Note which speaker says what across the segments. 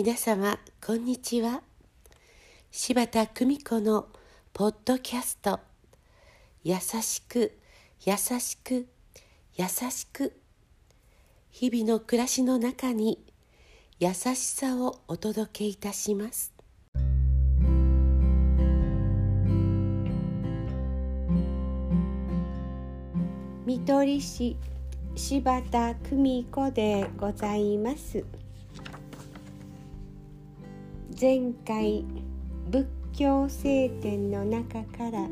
Speaker 1: 皆様こんにちは。柴田久美子のポッドキャスト、優しく優しく優しく、日々の暮らしの中に優しさをお届けいたします。看取り師柴田久美子でございます。前回仏教聖典の中から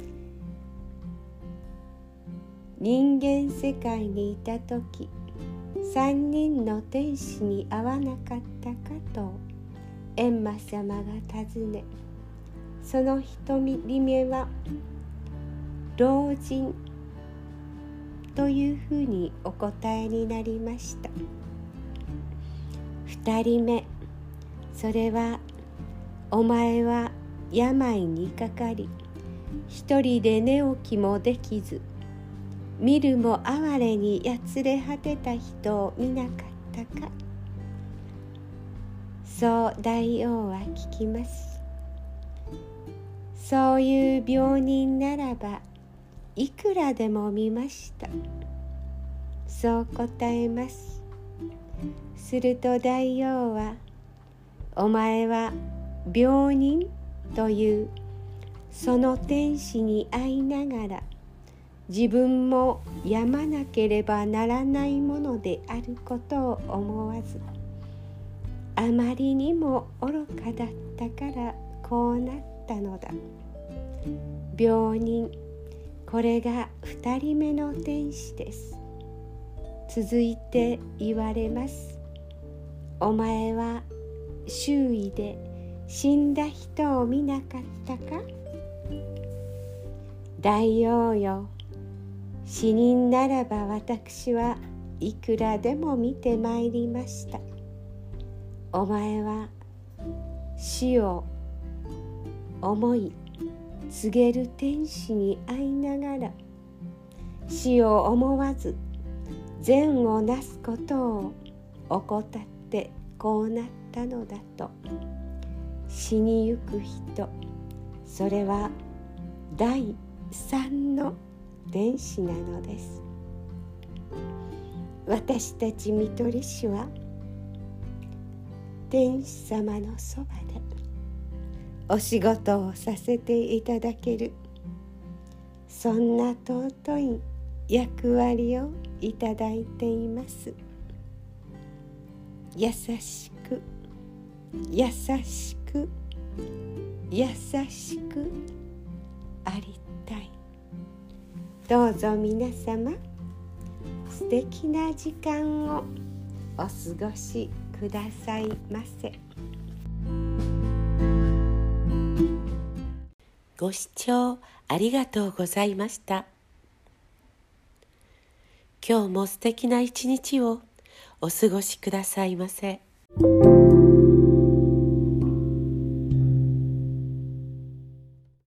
Speaker 1: 人間世界にいた時3人の天使に会わなかったかと閻魔様が尋ね、その1人目は老人というふうにお答えになりました。2人目、それはお前は病にかかり一人で寝起きもできず、見るも哀れにやつれ果てた人を見なかったか。そう大王は聞きます。そういう病人ならばいくらでも見ました。そう答えます。すると大王は、お前は病人というその天使に会いながら自分も病まなければならないものであることを思わず、あまりにも愚かだったからこうなったのだ。病人、これが2人目の天使です。続いて言われます。お前は周囲で死んだ人を見なかったか。大王よ、死人ならば私はいくらでも見てまいりました。お前は死を思い告げる天使に会いながら死を思わず善をなすことを怠ってこうなったのだと。死にゆく人、それは第三の天使なのです。私たち看取り師は天使様のそばでお仕事をさせていただける、そんな尊い役割をいただいています。優しく優しく優しくありたい。どうぞ皆様、素敵な時間をお過ごしくださいませ。ご視聴ありがとうございました。今日も素敵な一日をお過ごしくださいませ。